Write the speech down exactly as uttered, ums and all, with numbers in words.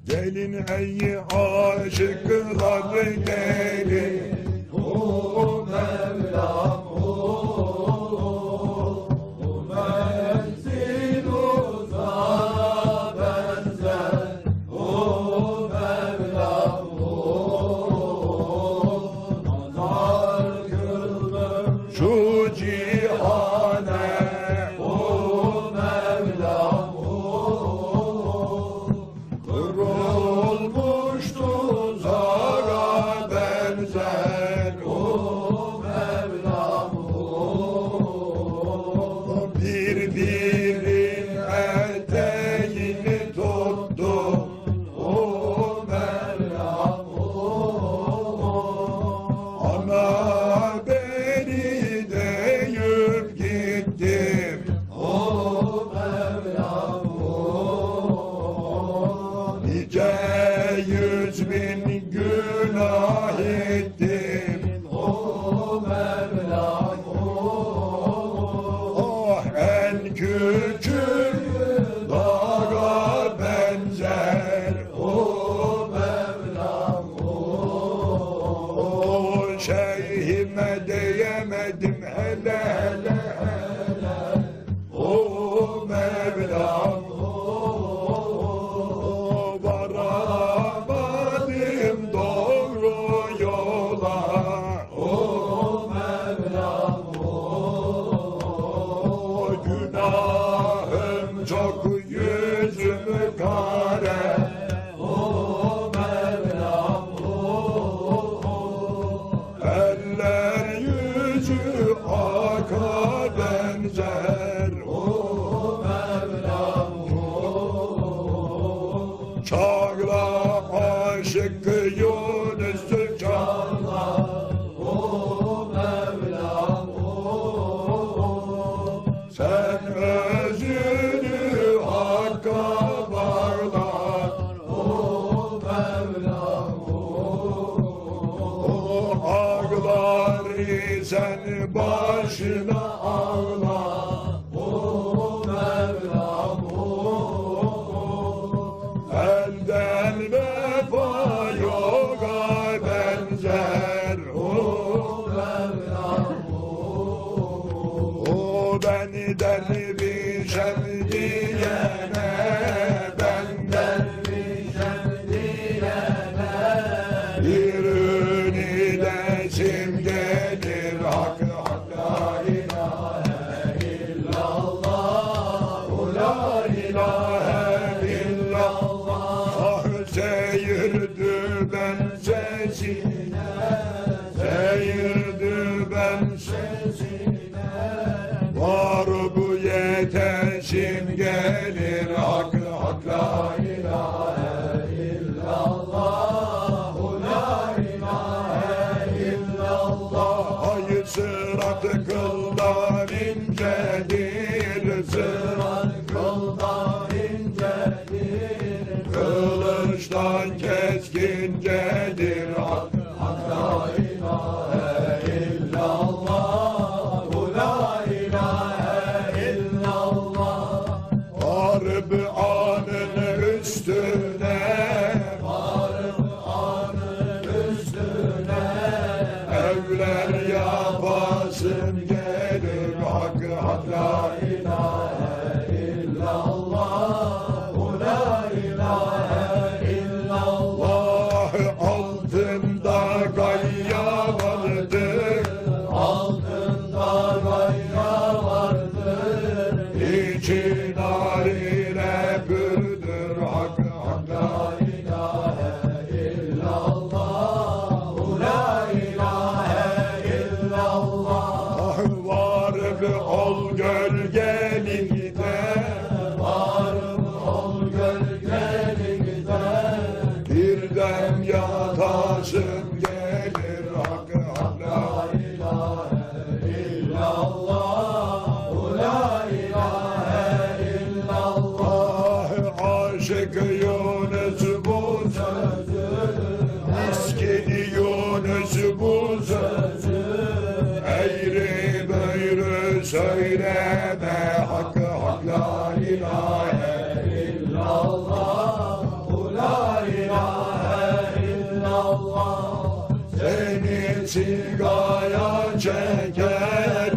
Gelin ey aşıklar gelin, o Mevlam o, o menzil uzağa benzer, o Mevlam o, nazar kıldım şu cihane, o Mevlam o, kırılmış tuzağa benzer, o Mevlam o, birbirin eteğini tuttu, o Mevlam o, ana beni deyip gittim, o Mevlam o, nice yüz bin günah ettim, o Mevlam o, ah en küçük dağa benzer, o Mevlam o, şeyhime diyemedim hele hele hele, o Mevlam o, varamadım doğru yola, o Mevlam o, günahım çok yüzümü kare, o Mevlam o, eller yüzü aka benzer, o Mevlam o, çağla aşık Yunus'u çağla, o Mevlam o, sen özünü hakka bağla, o Mevlam o, ağlar isen başına ağla, o Mevlam o, elden vefa yoga benzer, o Mevlam o, beni dervişem diyene, ben dervişem diyene, bir ünidesim gelir hak hak la ilahe illallah, la ilahe illallah, ah seyirdi ben sesine, seyirdi ben sesine, var bu yeteşim gelir hak hak la ilahe illallah, la ilahe illallah, ay sırat kıldan incedir, sırat kıldan incedir, kılıçtan keskincedir, hak hak la ilahe illallah, la ilahe illallah, harp anın üstüne, harp anın üstüne, evler yapasım gelir hak hak la ilahe illallah, la ilahe illallah, altında gayya vardır, altında gayya vardır, içi narine pürdür, hak hak la ilahe illallah, la ilahe illallah, var bir ol gölgelikte, var bir ol gölgelikte, bir dem yatasım gelir, hak hak la ilahe illallah, la ilahe illallah, aşık Yunus bu sözü, miskin Yunus bu sözü, eğri büğrü söyleme, hak hak la ilahe illallah, la sigara çeker